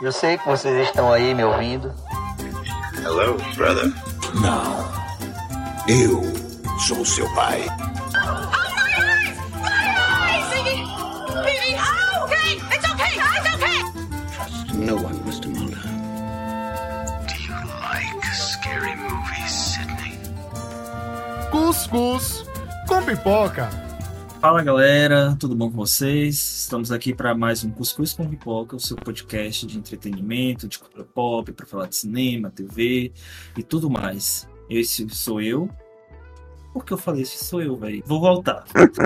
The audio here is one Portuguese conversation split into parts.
Eu sei que vocês estão aí me ouvindo. Hello, brother. Não. Eu sou seu pai. Trust no one, Mr. Mulder. Do you like scary movies, Sidney? Cuscuz com pipoca. Fala galera, tudo bom com vocês? Estamos aqui para mais um Cuscuz com Pipoca, o seu podcast de entretenimento, de cultura pop, para falar de cinema, TV e tudo mais. Esse sou eu. Por que eu falei esse sou eu, velho? Vou voltar.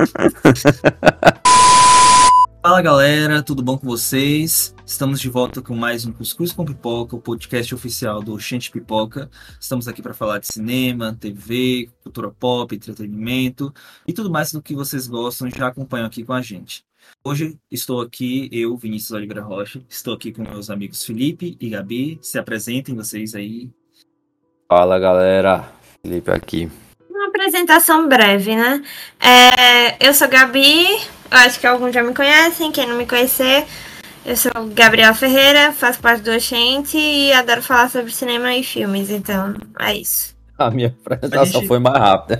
Fala galera, tudo bom com vocês? Estamos de volta com mais um Cuscuz com Pipoca, o podcast oficial do Oxente Pipoca. Estamos aqui para falar de cinema, TV, cultura pop, entretenimento e tudo mais do que vocês gostam e já acompanham aqui com a gente. Hoje estou aqui, eu, Vinícius Oliveira Rocha, estou aqui com meus amigos Felipe e Gabi. Se apresentem vocês aí. Fala galera, Felipe aqui. Uma apresentação breve, né? Eu sou Gabi, eu acho que alguns já me conhecem, quem não me conhecer, eu sou Gabriela Ferreira, faço parte do Oxente e adoro falar sobre cinema e filmes, então é isso. A minha apresentação foi mais rápida.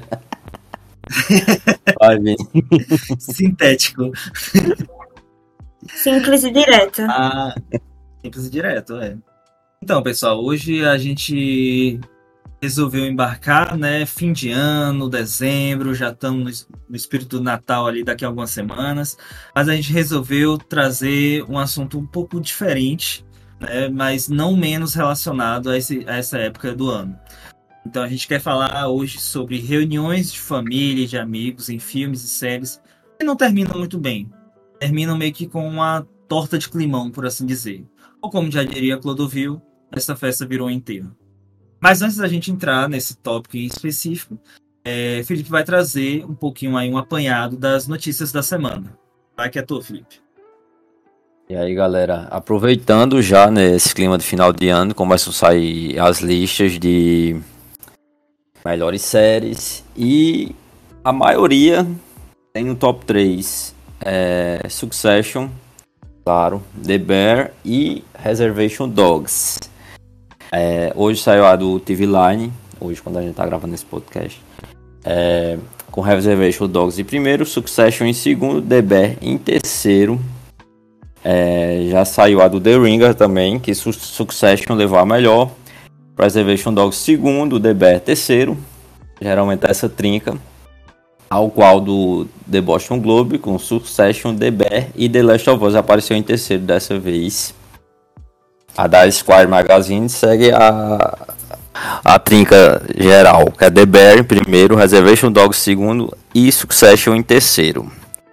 Vai, Vini. Sintético. Simples e direto. Simples e direto, é. Então, pessoal, hoje a gente resolveu embarcar, né? Fim de ano, dezembro, já estamos no espírito do Natal ali daqui a algumas semanas, mas a gente resolveu trazer um assunto um pouco diferente, né? Mas não menos relacionado a essa época do ano. Então a gente quer falar hoje sobre reuniões de família e de amigos em filmes e séries que não terminam muito bem. Terminam meio que com uma torta de climão, por assim dizer. Ou como já diria Clodovil, essa festa virou um enterro. Mas antes da gente entrar nesse tópico em específico, Felipe vai trazer um pouquinho aí um apanhado das notícias da semana. Vai que é tu, Felipe. E aí galera, aproveitando já nesse clima de final de ano, começam a sair as listas de melhores séries e a maioria tem no top 3 Succession, claro, The Bear e Reservation Dogs. Hoje saiu a do TV Line, hoje quando a gente tá gravando esse podcast, com Reservation Dogs em primeiro, Succession em segundo, The Bear em terceiro. Já saiu a do The Ringer também, que Succession levou a melhor, Reservation Dogs segundo, The Bear terceiro, geralmente essa trinca, ao qual do The Boston Globe, com Succession, The Bear e The Last of Us apareceu em terceiro dessa vez. A da Esquire Magazine segue a trinca geral, que é The Bear em primeiro, Reservation Dogs em segundo e Succession em terceiro.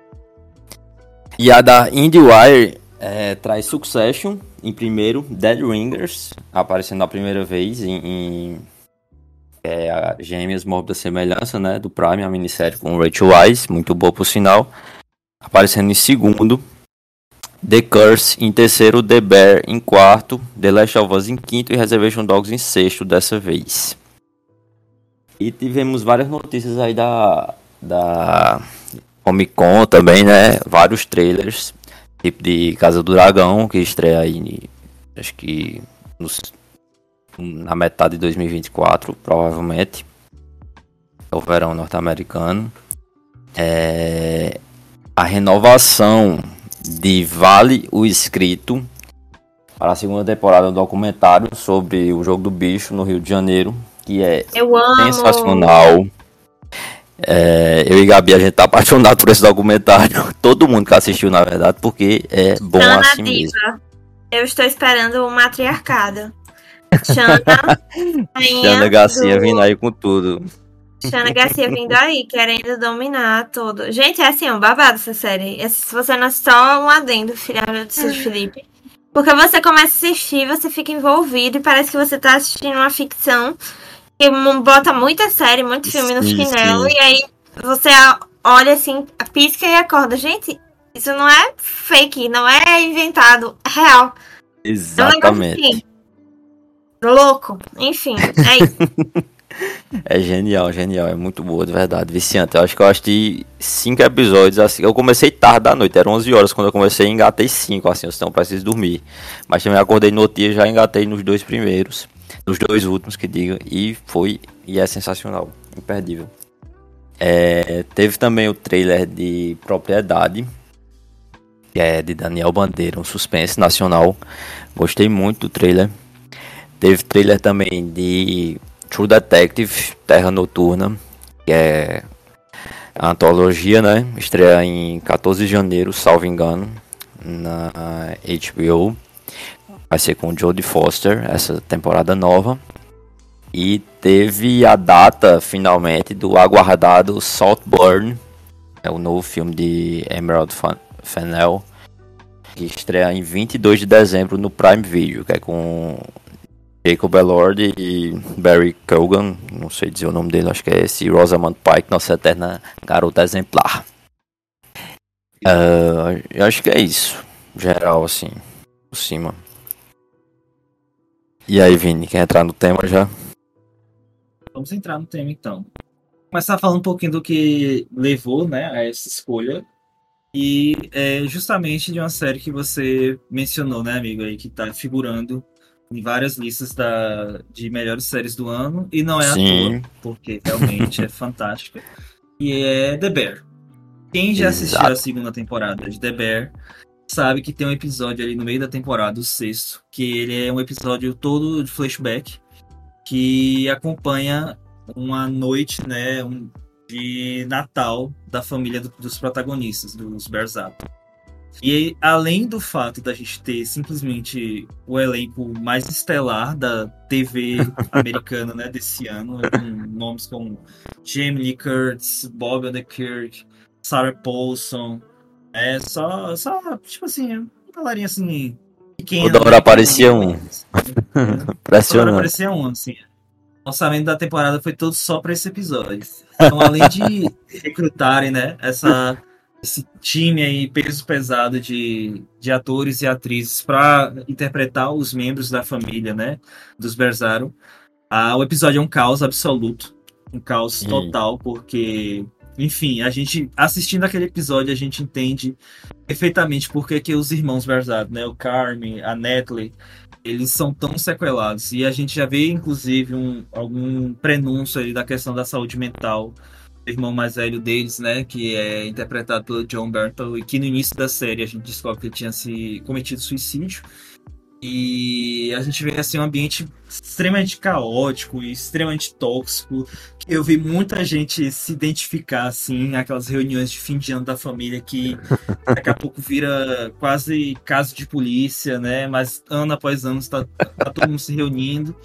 E a da IndieWire traz Succession em primeiro, Dead Ringers, aparecendo a primeira vez em a Gêmeas Mórbida Semelhança, né, do Prime, a minissérie com Rachel Weisz, muito boa por sinal, aparecendo em segundo. The Curse em terceiro, The Bear em quarto, The Last of Us em quinto e Reservation Dogs em sexto dessa vez. E tivemos várias notícias aí da Comic Con também, né? Vários trailers, tipo de Casa do Dragão, que estreia aí, acho que na metade de 2024, provavelmente. É o verão norte-americano. A renovação de Vale o Escrito para a segunda temporada do documentário sobre o Jogo do Bicho no Rio de Janeiro, que é sensacional. Eu e Gabi, a gente tá apaixonado por esse documentário. Todo mundo que assistiu, na verdade, porque é bom Xana assim Diva. mesmo. Eu estou esperando o matriarcado. Xana, Xana Garcia vindo aí com tudo. Xana Garcia vindo aí, querendo dominar tudo. Gente, é assim, um babado essa série. Se você não é só um adendo, filha de Felipe. Porque você começa a assistir, você fica envolvido e parece que você tá assistindo uma ficção que bota muita série, muito filme no chinelo. E aí você olha assim, pisca e acorda. Gente, isso não é fake, não é inventado, é real. Exatamente. É um negócio assim, louco. Enfim, é isso. É genial, genial. É muito boa, de verdade. Viciante. Eu acho que eu assisti 5 episódios, assim. Eu comecei tarde da noite, eram 11 horas quando eu comecei e engatei 5, assim. Então eu preciso dormir. Mas também acordei no outro dia e já engatei nos 2 primeiros. Nos 2 últimos, que diga. E é sensacional. Imperdível. Teve também o trailer de Propriedade, que é de Daniel Bandeira, um suspense nacional. Gostei muito do trailer. Teve trailer também de True Detective, Terra Noturna, que é a antologia, né? Estreia em 14 de janeiro, salvo engano, na HBO. Vai ser com Jodie Foster, essa temporada nova. E teve a data, finalmente, do aguardado Saltburn, é o novo filme de Emerald Fennell, que estreia em 22 de dezembro no Prime Video, que é com Jacob Elord e Barry Keoghan, não sei dizer o nome dele, acho que é esse, Rosamund Pike, nossa eterna garota exemplar. Eu acho que é isso, geral, assim, por cima. E aí, Vini, quer entrar no tema já? Vamos entrar no tema, então. Começar falando um pouquinho do que levou, né, a essa escolha. E justamente de uma série que você mencionou, né, amigo, aí, que tá figurando em várias listas de melhores séries do ano, e não é à toa, porque realmente é fantástica, e é The Bear. Quem já assistiu a segunda temporada de The Bear sabe que tem um episódio ali no meio da temporada, o 6º, que ele é um episódio todo de flashback, que acompanha uma noite, né, de Natal da família dos protagonistas, dos Berzap. E além do fato da gente ter simplesmente o elenco mais estelar da TV americana, né, desse ano, com nomes como Jamie Lee Curtis, Bob Odenkirk, Sarah Paulson, só tipo assim, uma galerinha assim pequena. Toda hora aparecia um. Impressionante. Toda hora aparecia um, assim. O orçamento da temporada foi todo só para esse episódio. Então, além de recrutarem, né, esse time aí, peso pesado de atores e atrizes para interpretar os membros da família, né, dos Bersaron, o episódio é um caos absoluto, um caos total, porque, enfim, a gente, assistindo aquele episódio, a gente entende perfeitamente por que os irmãos Bersaron, né, o Carmen, a Natalie, eles são tão sequelados. E a gente já vê, inclusive, algum prenúncio ali da questão da saúde mental do irmão mais velho deles, né? Que é interpretado pelo John Bernthal, e que no início da série a gente descobre que ele tinha se cometido suicídio. E a gente vê assim, um ambiente extremamente caótico e extremamente tóxico. Eu vi muita gente se identificar assim, aquelas reuniões de fim de ano da família que daqui a pouco vira quase caso de polícia, né? Mas ano após ano tá todo mundo se reunindo.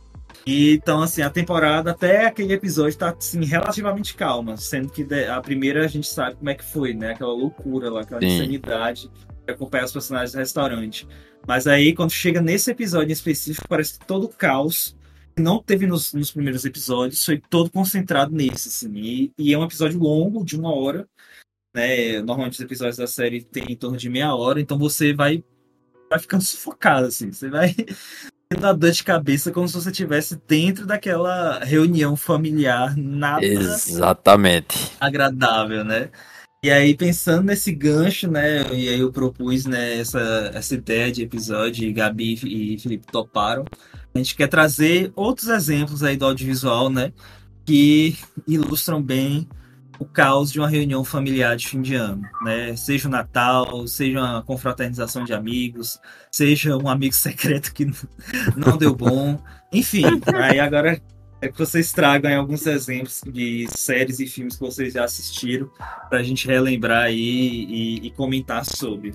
E, então, assim, a temporada até aquele episódio tá assim, relativamente calma, sendo que a primeira a gente sabe como é que foi, né? Aquela loucura lá, aquela insanidade que acompanha os personagens do restaurante. Mas aí, quando chega nesse episódio em específico, parece que todo o caos que não teve nos primeiros episódios foi todo concentrado nesse, assim. E é um episódio longo, de 1 hora, né? Normalmente os episódios da série tem em torno de meia hora, então você vai ficando sufocado, assim. Você vai tendo a dor de cabeça como se você estivesse dentro daquela reunião familiar, nada exatamente agradável, né? E aí, pensando nesse gancho, né, e aí eu propus, né, essa ideia de episódio, e Gabi e Felipe toparam. A gente quer trazer outros exemplos aí do audiovisual, né, que ilustram bem o caos de uma reunião familiar de fim de ano, né? Seja o Natal, seja uma confraternização de amigos, seja um amigo secreto que não deu bom. Enfim, aí agora é que vocês tragam aí alguns exemplos de séries e filmes que vocês já assistiram pra gente relembrar aí e comentar sobre.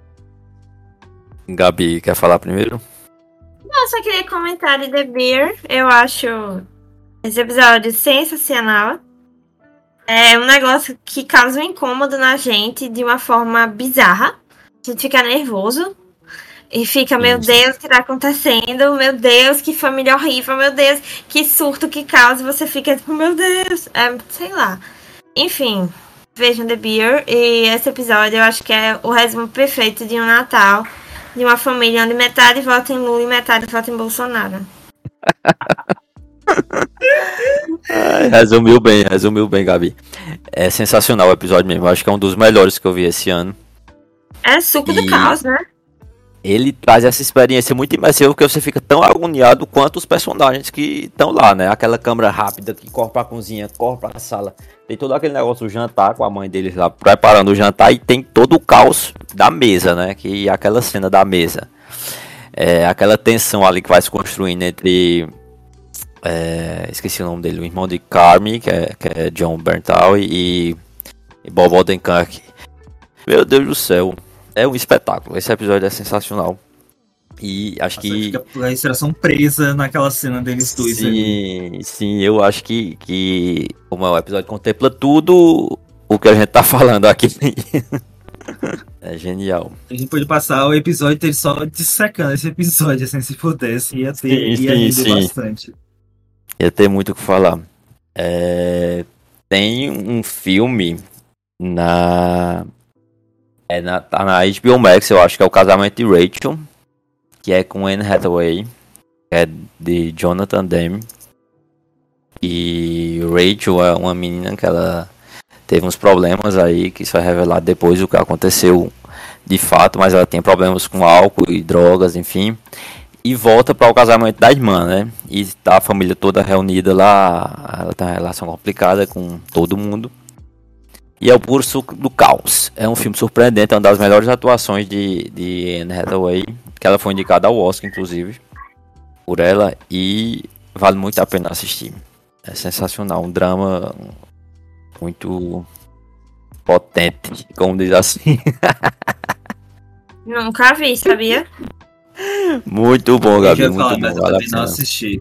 Gabi, quer falar primeiro? Eu só queria comentar de The Bear. Eu acho esse episódio sensacional. É um negócio que causa um incômodo na gente de uma forma bizarra. A gente fica nervoso. E fica, meu Deus, o que tá acontecendo? Meu Deus, que família horrível. Meu Deus, que surto, que causa. E você fica tipo, meu Deus. Sei lá. Enfim, vejam The Bear. E esse episódio eu acho que é o resumo perfeito de um Natal. De uma família onde metade vota em Lula e metade vota em Bolsonaro. Resumiu bem, Gabi. É sensacional o episódio mesmo. Acho que é um dos melhores que eu vi esse ano. É suco do caos, né? Ele traz essa experiência muito imersiva porque você fica tão agoniado quanto os personagens que estão lá, né? Aquela câmera rápida que corre pra cozinha, corre pra sala. Tem todo aquele negócio do jantar com a mãe deles lá preparando o jantar e tem todo o caos da mesa, né? Que é aquela cena da mesa. É aquela tensão ali que vai se construindo entre... esqueci o nome dele, o irmão de Carmy, que é John Bernthal e Bob Odenkirk. Meu Deus do céu. É um espetáculo. Esse episódio é sensacional. E acho que... Fica a inspiração presa naquela cena deles dois. Sim, eu acho que como o episódio contempla tudo o que a gente tá falando aqui. É genial. A gente pode passar o episódio dele só dissecando esse episódio, assim, se pudesse. Ia render bastante. Ia ter muito o que falar. Tem um filme tá na HBO Max, eu acho que é O Casamento de Rachel, que é com Anne Hathaway, é de Jonathan Demme. E Rachel é uma menina que ela teve uns problemas aí, que isso vai revelar depois o que aconteceu de fato, mas ela tem problemas com álcool e drogas, enfim. E volta para o casamento da irmã, né? E tá a família toda reunida lá, ela tem uma relação complicada com todo mundo. E é o puro suco do caos. É um filme surpreendente, é uma das melhores atuações de Anne Hathaway, que ela foi indicada ao Oscar, inclusive, por ela, e vale muito a pena assistir. É sensacional, um drama muito potente, como diz assim. Nunca vi, sabia? Muito bom, Gabi, muito bom, vale a não pena. assistir.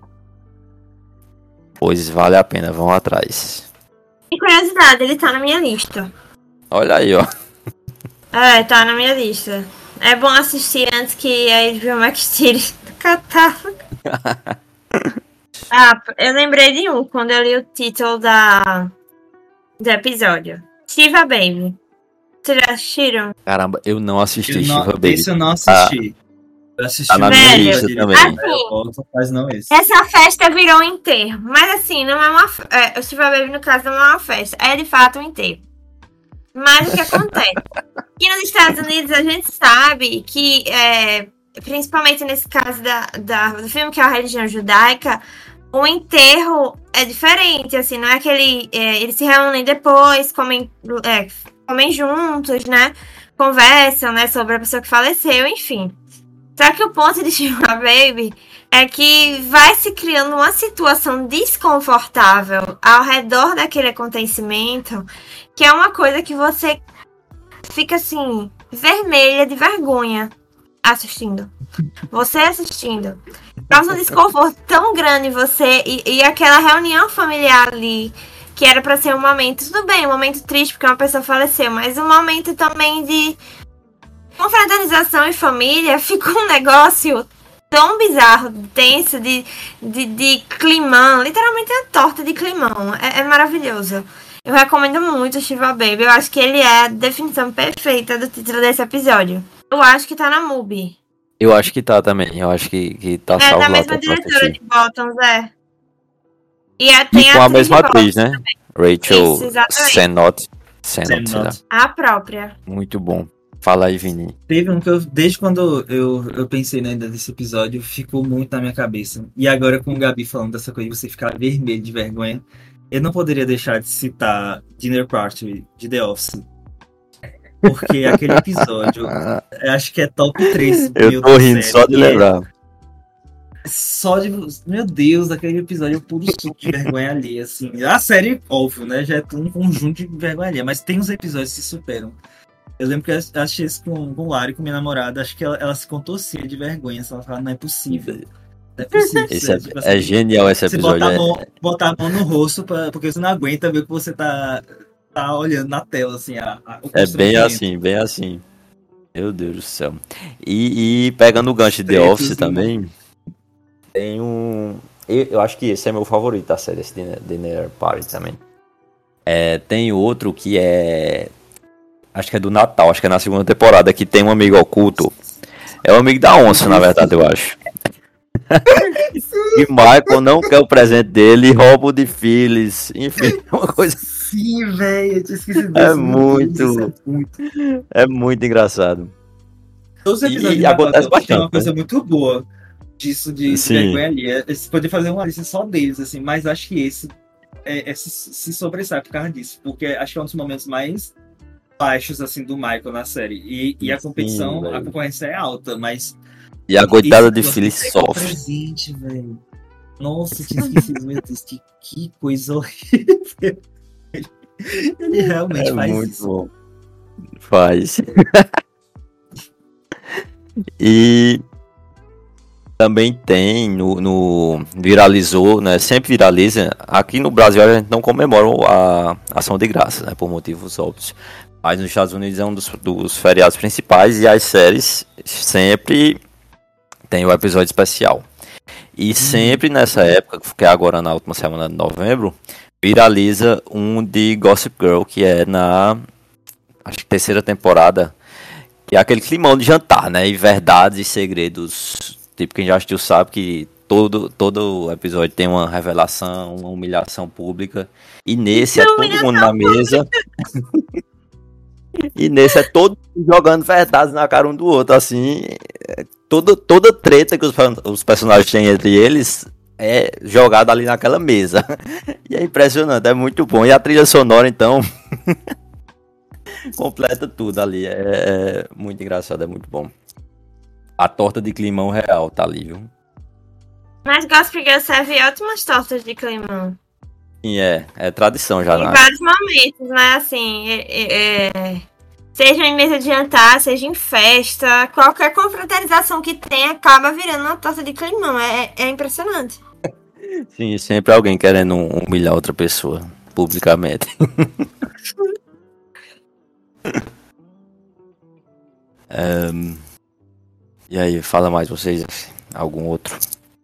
Pois vale a pena, vão atrás. E curiosidade, ele tá na minha lista. Olha aí, ó. Tá na minha lista. É bom assistir antes que a HBO Max tire do catálogo. Eu lembrei de um quando eu li o título do episódio. Shiva Baby. Vocês já assistiram? Caramba, eu não assisti Shiva Baby. Esse eu não assisti. Eu assisti Tá na minha lista também. Assim, mas não esse. essa festa virou um enterro. Mas assim, não é uma... o Shiva Baby, no caso, não é uma festa. É de fato um enterro. Mas o que acontece? Aqui nos Estados Unidos, a gente sabe que, principalmente nesse caso do filme, que é a religião judaica, o enterro é diferente, assim, não é aquele... eles se reúnem depois, comem juntos, né? Conversam, né, sobre a pessoa que faleceu, enfim. Só que o ponto de Shiva Baby é que vai se criando uma situação desconfortável ao redor daquele acontecimento, que é uma coisa que você fica assim, vermelha de vergonha assistindo. Você assistindo. Causa um desconforto tão grande em você e aquela reunião familiar ali, que era pra ser um momento, tudo bem, um momento triste porque uma pessoa faleceu, mas um momento também de confraternização em família, fica um negócio tão bizarro, tenso, de climão, literalmente é uma torta de climão, é maravilhoso. Eu recomendo muito o Shiva Baby, eu acho que ele é a definição perfeita do título desse episódio. Eu acho que tá na MUBI. Eu acho que tá também, eu acho que tá salvo lá. É da mesma diretora de Bottoms, E com a mesma atriz, né? Rachel Sennott. Sennott. A própria. Muito bom. Fala aí, Vini. Teve um que desde quando eu pensei ainda nesse episódio, ficou muito na minha cabeça. E agora com o Gabi falando dessa coisa, você ficar vermelho de vergonha, eu não poderia deixar de citar Dinner Party de The Office. Porque aquele episódio, eu acho que é top 3. Eu tô rindo só de lembrar. Só de... Meu Deus, aquele episódio é puro suco de vergonha alheia, assim. A série, óbvio, né? Já é um conjunto de vergonha alheia, mas tem uns episódios que se superam. Eu lembro que eu assisti isso com o Lari, com minha namorada, acho que ela se contorcia de vergonha. Ela fala, não é possível. Não é possível. É genial esse episódio. Você botar a mão no rosto, porque você não aguenta ver o que você tá olhando na tela, assim. É bem assim, bem assim. Meu Deus do céu. E pegando o gancho de The Office também, tem um... Eu acho que esse é meu favorito da série, esse Dinner Party também. Tem outro que é... Acho que é do Natal, acho que é na segunda temporada, que tem um amigo oculto. É o amigo da onça, na verdade, eu acho. E Michael não quer o presente dele e rouba o de Phyllis. Enfim, uma coisa. Sim, velho, eu tinha esquecido disso. É muito. Isso é muito. É muito engraçado. Todos os episódios E de acontece Babadook tem uma bastante, coisa muito boa disso, de Sim. vergonha ali. Você pode fazer uma lista só deles, assim, mas acho que esse se sobressai por causa disso, porque acho que é um dos momentos mais baixos, assim, do Michael na série. E a competição, velho. a concorrência é alta, mas... E a coitada de esse Phyllis negócio de pegar o sofre. presente, velho. Nossa, eu tinha esquecido, meu Deus, que coisa horrível. Ele realmente É faz muito isso. bom. Faz. E também tem viralizou, né? Sempre viraliza. Aqui no Brasil a gente não comemora a ação de graça, né? Por motivos óbvios. Mas nos Estados Unidos é um dos feriados principais e as séries sempre tem o episódio especial. E sempre nessa época, que é agora na última semana de novembro, viraliza um de Gossip Girl, que é na acho que terceira temporada, que é aquele climão de jantar, né? E verdades e segredos. Tipo, quem já assistiu sabe que todo episódio tem uma revelação, uma humilhação pública. E nesse é todo mundo na mesa. E nesse é todo mundo jogando verdades na cara um do outro, assim. Toda treta que os personagens têm entre eles é jogada ali naquela mesa. E é impressionante, é muito bom. E a trilha sonora, então, completa tudo ali. É muito engraçado, é muito bom. A torta de climão real tá ali, viu? Mas Gossip Girl serve ótimas tortas de climão. E é tradição já, Em né? vários momentos, né? Assim, seja em mesa de jantar, seja em festa, qualquer confraternização que tenha acaba virando uma torta de climão. É impressionante. Sim, sempre alguém querendo humilhar outra pessoa publicamente. E aí, fala mais vocês, algum outro?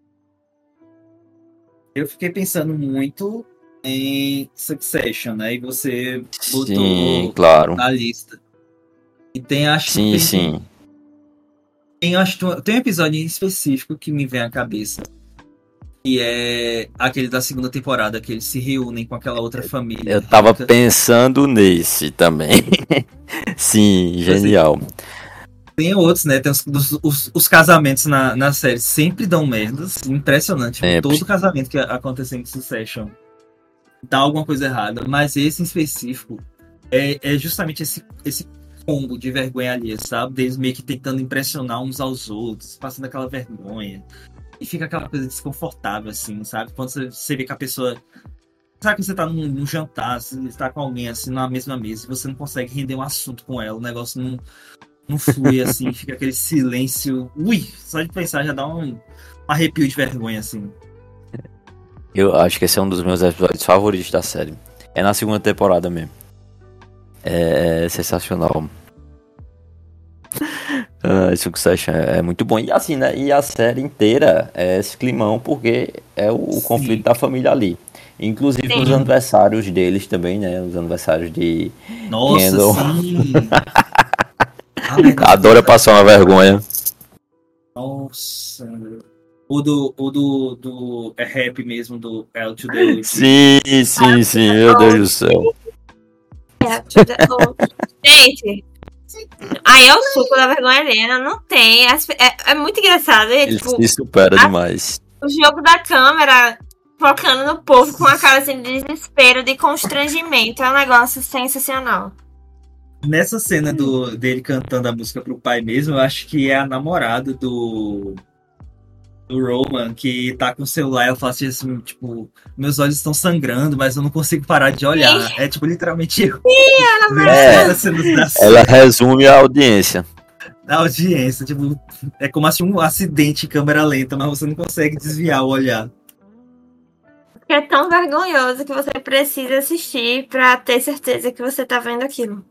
Eu fiquei pensando muito em Succession, né? E você botou Sim, claro. na lista. E tem, acho Sim, que sim. tem um episódio em específico que me vem à cabeça. Que é aquele da segunda temporada, que eles se reúnem com aquela outra família. Eu tava rica. pensando nesse também. Sim, genial. Tem outros, né? Tem os casamentos na série sempre dão merdas. Impressionante. Sempre. Todo casamento que acontece em Succession dá alguma coisa errada. Mas esse em específico é justamente esse combo de vergonha alheia, sabe? Deles meio que tentando impressionar uns aos outros, passando aquela vergonha. E fica aquela coisa desconfortável, assim, sabe? Quando você vê que a pessoa... Sabe que você tá num jantar, você tá com alguém, assim, na mesma mesa, e você não consegue render um assunto com ela, o negócio não flui, assim, fica aquele silêncio... Ui! Só de pensar já dá um arrepio de vergonha, assim. Eu acho que esse é um dos meus episódios favoritos da série. É na segunda temporada mesmo. É sensacional. Succession é muito bom. E assim, né? E a série inteira é esse climão, porque é o conflito da família ali. Inclusive Sim. os aniversários deles também, né? Os aniversários de Nossa, Kendall. sim! Adora passar uma vergonha. Nossa... O do rap mesmo, do L2D. Sim, meu Deus do céu. Gente, aí é o suco da vergonha alheia, não tem. É muito engraçado. Ele Tipo, se supera demais. o jogo da câmera focando no povo com a cara assim, de desespero, de constrangimento. É um negócio sensacional. Nessa cena dele cantando a música pro pai mesmo, eu acho que é a namorada do Roman, que tá com o celular. Eu faço assim, tipo, meus olhos estão sangrando, mas eu não consigo parar de olhar. É tipo, literalmente eu. Ela resume a audiência. Da audiência, tipo, é como assim um acidente em câmera lenta, mas você não consegue desviar o olhar. É tão vergonhoso que você precisa assistir pra ter certeza que você tá vendo aquilo.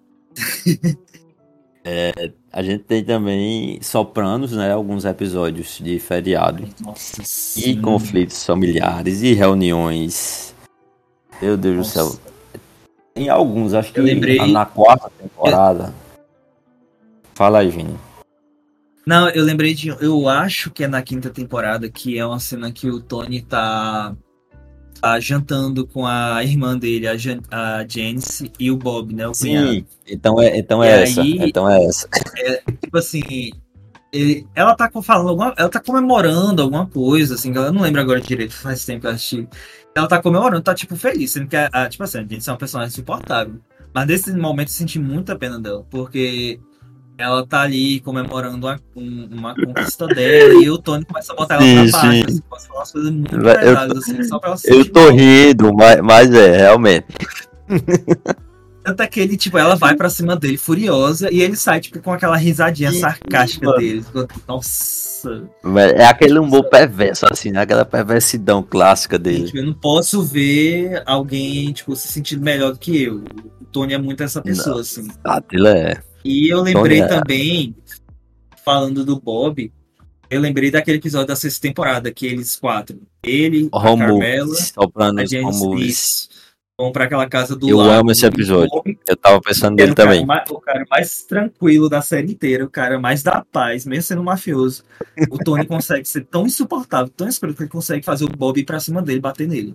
A gente tem também Sopranos, né? Alguns episódios de feriado. Nossa, E sim. conflitos familiares e reuniões. Meu Deus do céu. Tem alguns, acho que Eu lembrei- na quarta temporada. Fala aí, Vini. Não, eu lembrei de. Eu acho que é na quinta temporada, que é uma cena que o Tony tá jantando com a irmã dele, a Janice, e o Bob, né? O cunhado. Sim, então E é essa. aí- Então é essa. Tipo assim. Ela tá falando ela tá comemorando alguma coisa, assim, que eu não lembro agora direito, faz tempo que eu assisti. Ela tá comemorando, tá tipo feliz, sendo que tipo assim, a gente é uma personagem insuportável. Mas nesse momento eu senti muita pena dela, porque ela tá ali comemorando uma conquista dela e o Tony começa a botar ela Sim, pra baixo, sim. assim, começa a falar umas coisas muito Eu- pesadas, assim, só pra ela se Eu sentir tô mal. rindo, mas realmente. Tanto é que ele, tipo, ela vai pra cima dele furiosa e ele sai, tipo, com aquela risadinha Sim, sarcástica mano. dele. Nossa. É aquele humor perverso, assim, né? Aquela perversidão clássica dele. Tipo, eu não posso ver alguém, tipo, se sentindo melhor do que eu. O Tony é muito essa pessoa, assim. Aquilo é. E eu lembrei Tony é- também, falando do Bob, eu lembrei daquele episódio da sexta temporada, que eles quatro, ele, a Home Carmela, movies, soprando a os home Janice, movies. isso, vão pra aquela casa do Eu lago. amo esse E o episódio. Bob, Eu tava pensando que era nele o cara, também. o cara mais tranquilo da série inteira, o cara mais da paz, mesmo sendo mafioso. O Tony consegue ser tão insuportável, tão escroto, que ele consegue fazer o Bob ir pra cima dele, bater nele.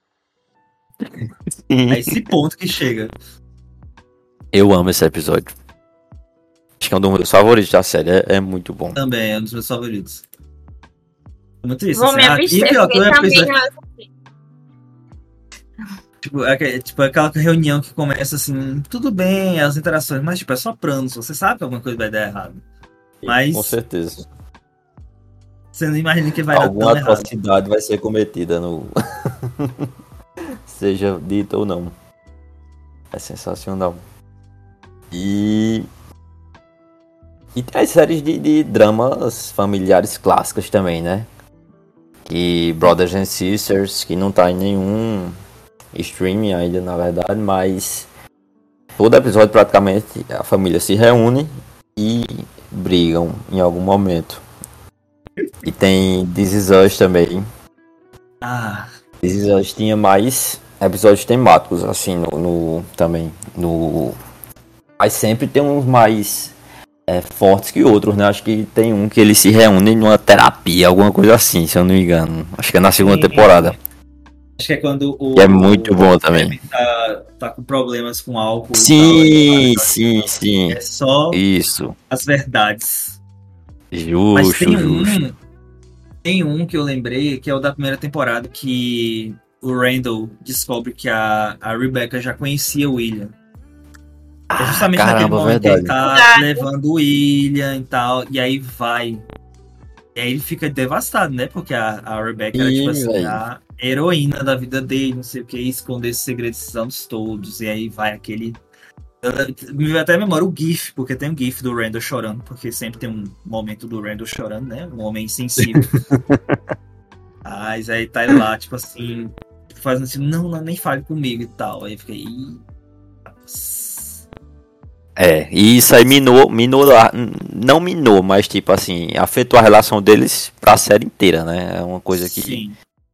É esse ponto que chega. Eu amo esse episódio. Acho que é um dos meus favoritos da série. É muito bom. Também é um dos meus favoritos. Muito isso. Vou assim, me e abster, pior, que porque o também episódio, não. tipo, aquela reunião que começa assim, tudo bem, as interações, mas tipo, é só planos, você sabe que alguma coisa vai dar errado. Mas Com certeza. você não imagina que vai dar Alguma tão errado. atrocidade vai ser cometida no. Seja dita ou não. É sensacional. E tem as séries de dramas familiares clássicas também, né? Que Brothers and Sisters, que não tá em nenhum streaming ainda, na verdade, mas todo episódio praticamente a família se reúne e brigam em algum momento. E tem This Is Us também. Ah, This Is Us tinha mais episódios temáticos, assim, também. Mas sempre tem uns mais fortes que outros, né? Acho que tem um que eles se reúnem numa terapia, alguma coisa assim, se eu não me engano. Acho que é na segunda Sim. temporada. acho que é quando o. Que é muito bom também. Kevin tá com problemas com álcool. Sim, e tal, sim, sim. É só Isso. as verdades. Mas Justo, justo. tem um que eu lembrei, que é o da primeira temporada, que o Randall descobre que a Rebecca já conhecia o William. É justamente naquele Caramba, momento que ele verdade. tá levando o William e tal, e aí vai. E aí ele fica devastado, né? Porque a Rebecca era, tipo assim, velho. a heroína da vida dele, não sei o que, esconder esses segredos esses anos todos. E aí vai aquele. Me veio até a memória o GIF, porque tem um GIF do Randall chorando, porque sempre tem um momento do Randall chorando, né? Um homem insensível. Mas aí tá ele lá, tipo assim, fazendo assim, não, nem fale comigo e tal. Aí eu fiquei. E isso aí não minou, mas tipo assim, afetou a relação deles pra série inteira, né? É uma coisa Sim.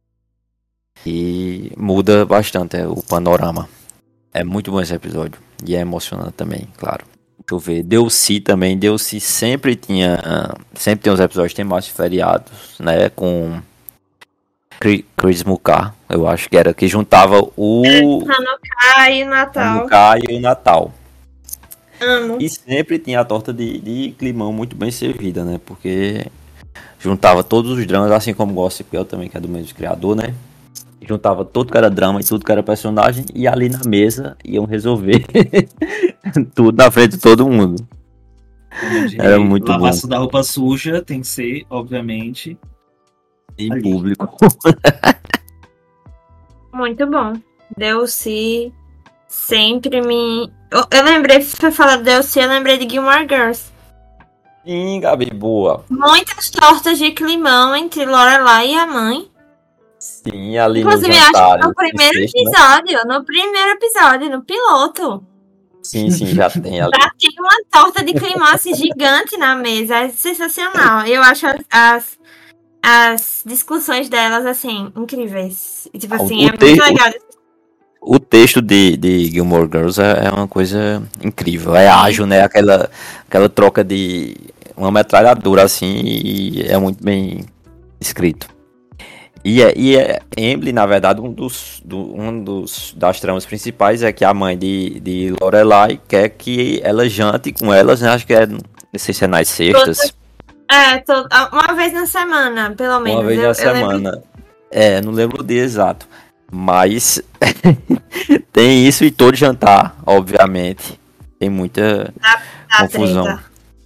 que muda bastante o panorama. É muito bom esse episódio. E é emocionante também, claro. Deixa eu ver. Delcy também. Delcy sempre tem uns episódios temáticos feriados, né? Com Chris Mucar, eu acho que era, que juntava o Hanukkah e Natal. Hanukkah e o Natal. Amo. E sempre tinha a torta de climão muito bem servida, né? Porque juntava todos os dramas, assim como Gossip Girl também, que é do mesmo criador, né? Juntava tudo que era drama e tudo que era personagem, e ali na mesa iam resolver tudo na frente de todo mundo. Era muito bom. Lavação da roupa suja tem que ser, obviamente, Em ali. público. Muito bom. Delcy sempre me. Eu lembrei, se você falar de Delcy, eu lembrei de Gilmore Girls. Sim, Gabi, boa. Muitas tortas de climão entre Lorelai e a mãe. Sim, ali Inclusive, no acho jantar. que no primeiro episódio, no piloto, Sim, já tem ali. já tem uma torta de climão assim, gigante na mesa. É sensacional. Eu acho as discussões delas, assim, incríveis. E, tipo assim, é muito legal. O texto de Gilmore Girls é uma coisa incrível. É ágil, né? Aquela troca de uma metralhadora assim e é muito bem escrito. Emily, na verdade, das tramas principais é que a mãe de Lorelai quer que ela jante com elas, né? Acho que não sei se é nas sextas. Uma vez na semana, pelo menos. Uma vez na semana. Não lembro o dia exato. Mas tem isso e todo jantar, obviamente. Tem muita confusão.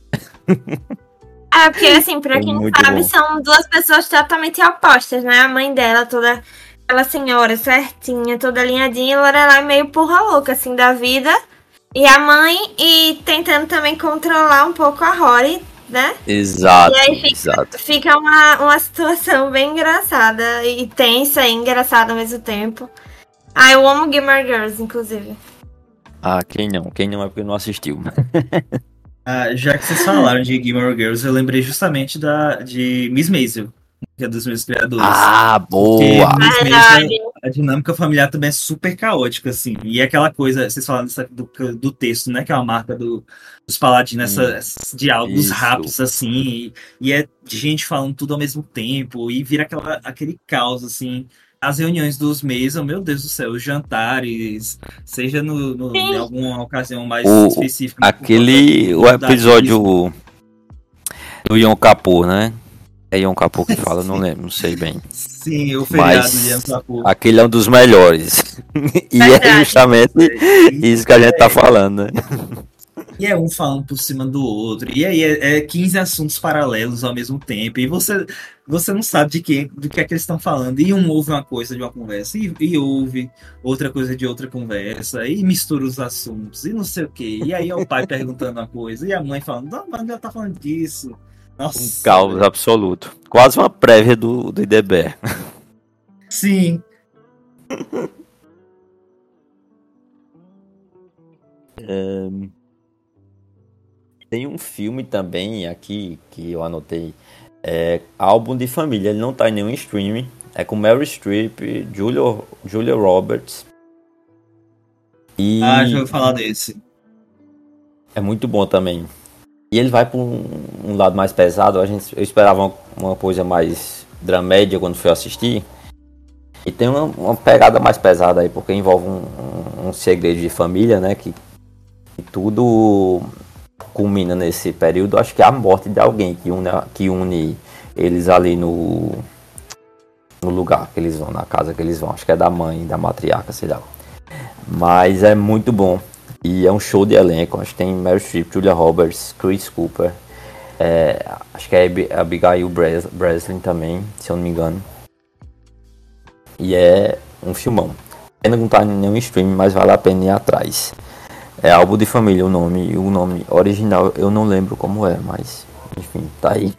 Porque assim, pra quem não sabe, são duas pessoas totalmente opostas, né? A mãe dela, toda aquela senhora certinha, toda alinhadinha, e Lorelai meio porra louca, assim, da vida. E a mãe, e tentando também controlar um pouco a Rory, né? Exato, e aí fica uma situação bem engraçada, e tensa e engraçada ao mesmo tempo. Eu amo Gilmore Girls, inclusive. Quem não? Quem não é porque não assistiu. Já que vocês falaram de Gilmore Girls, eu lembrei justamente de Miss Maisel, que é dos meus criadores. Boa! Miss Maisel, a dinâmica familiar também é super caótica, assim. E aquela coisa, vocês falaram do texto, né? Que é uma marca dos paladinos, esses diálogos rápidos, assim. E é de gente falando tudo ao mesmo tempo. E vira aquele caos, assim. As reuniões dos Mason, meu Deus do céu, os jantares, seja em alguma ocasião mais específica. O episódio do Yom Kippur, né? É Yom Kippur que fala, não lembro, não sei bem. Sim, o feriado de Yom Kippur. Aquele é um dos melhores. E é justamente isso que a gente tá falando, né? E é um falando por cima do outro. E aí é 15 assuntos paralelos ao mesmo tempo. E você não sabe do que é que eles estão falando. E um ouve uma coisa de uma conversa. E ouve outra coisa de outra conversa. E mistura os assuntos. E não sei o quê. E aí é o pai perguntando uma coisa. E a mãe falando, não, mas ela tá falando disso. Nossa. Um caos absoluto. Quase uma prévia do IDB. Sim. Tem um filme também aqui que eu anotei, Álbum de Família, ele não tá em nenhum streaming, é com Meryl Streep, Julia Roberts. Já ouvi falar desse. É muito bom também. E ele vai para um lado mais pesado, eu esperava uma coisa mais dramédia quando fui assistir. E tem uma pegada mais pesada aí, porque envolve um segredo de família, né, que tudo culmina nesse período, acho que é a morte de alguém que une eles ali no lugar que eles vão, na casa que eles vão, acho que é da mãe, da matriarca, sei lá. Mas é muito bom. E é um show de elenco, acho que tem Meryl Streep, Julia Roberts, Chris Cooper, acho que é Abigail Breslin também, se eu não me engano. E é um filmão. Ainda não tá em nenhum streaming, mas vale a pena ir atrás. É Álbum de Família o nome original eu não lembro como é, mas enfim, tá aí.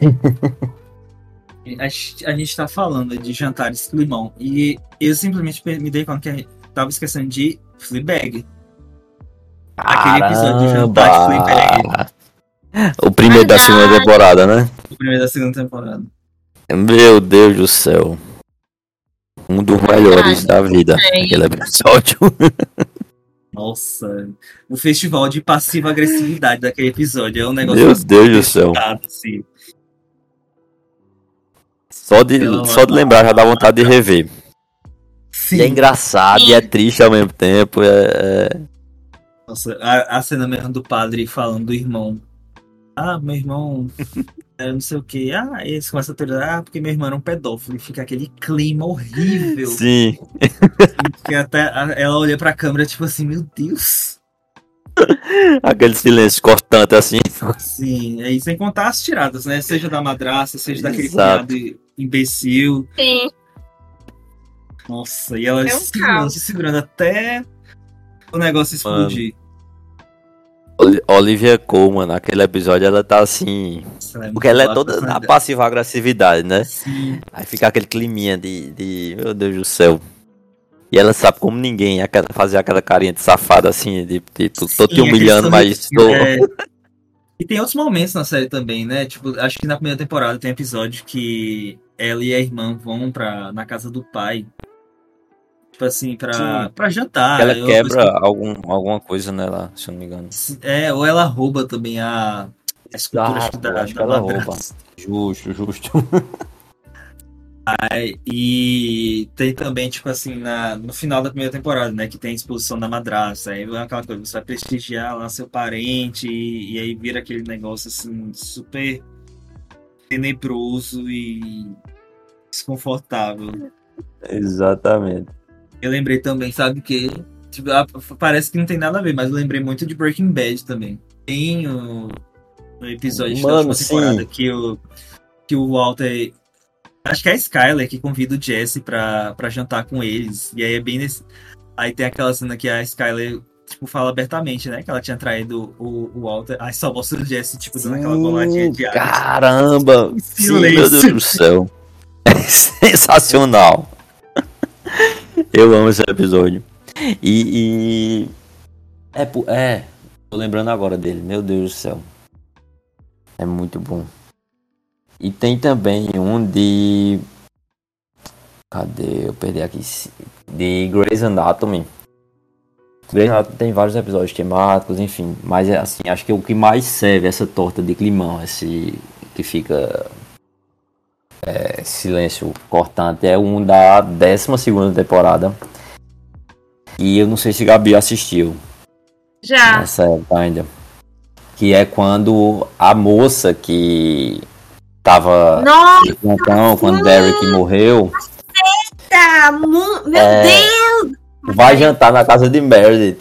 A gente tá falando de jantares climão e eu simplesmente me dei conta que a gente tava esquecendo de Fleabag. Aquele episódio de jantar de Fleabag. O primeiro da segunda temporada, né? O primeiro da segunda temporada. Meu Deus do céu. Um dos melhores da vida, aquele episódio. Nossa, o festival de passiva agressividade daquele episódio é um negócio. Meu Deus do céu. Assim. Só de lembrar já dá vontade de rever. Sim. E é engraçado e é triste ao mesmo tempo. Nossa, a cena mesmo do padre falando do irmão. Meu irmão. Não sei o que. Eles começam a teorizar, porque meu irmão era um pedófilo. E fica aquele clima horrível. Sim. Que até ela olha pra câmera, tipo assim, meu Deus. Aquele silêncio cortante assim. Sim, aí sem contar as tiradas, né? Seja da madrasta, seja daquele Exato. cunhado imbecil. Sim. Nossa, e ela se segurando até o negócio explodir. Olivia Colman, naquele episódio, ela tá assim. Porque ela é toda na passiva agressividade, né? Sim. Aí fica aquele climinha de meu Deus do céu. E ela sabe como ninguém fazer aquela carinha de safada assim, tô te humilhando, mas tô. E tem outros momentos na série também, né? Tipo, acho que na primeira temporada tem um episódio que ela e a irmã vão na casa do pai. Tipo assim, pra jantar. Ela quebra alguma coisa nela, se eu não me engano. Ou ela rouba também escultura acho que acho que da ela rouba. madrasta. Justo. E tem também, tipo assim, no final da primeira temporada, né? Que tem a exposição da madrasta. Aí é aquela coisa, você vai prestigiar lá seu parente e aí vira aquele negócio assim, super tenebroso e desconfortável. Exatamente. Eu lembrei também, sabe que tipo, parece que não tem nada a ver, mas eu lembrei muito de Breaking Bad também. Tem no episódio da última temporada que o Walter, acho que é a Skyler que convida o Jesse pra jantar com eles. E aí é bem nesse. Aí tem aquela cena que a Skyler, tipo, fala abertamente, né? Que ela tinha traído o Walter. Aí só mostra o Jesse, tipo, dando aquela boladinha de ar. Caramba! Sim, meu Deus Silêncio. do céu. É sensacional. Eu amo esse episódio. Tô lembrando agora dele. Meu Deus do céu. É muito bom. E tem também um de... Cadê? Eu perdi aqui. De Grey's Anatomy. Grey's Anatomy tem vários episódios temáticos, enfim. Mas é assim, acho que o que mais serve essa torta de climão, esse que fica silêncio cortante, é um da 12ª temporada. E eu não sei se Gabi assistiu. Já. Nessa época ainda. Que é quando a moça que tava Nossa, de plantão, quando Derek morreu, meu Deus! vai jantar na casa de Meredith.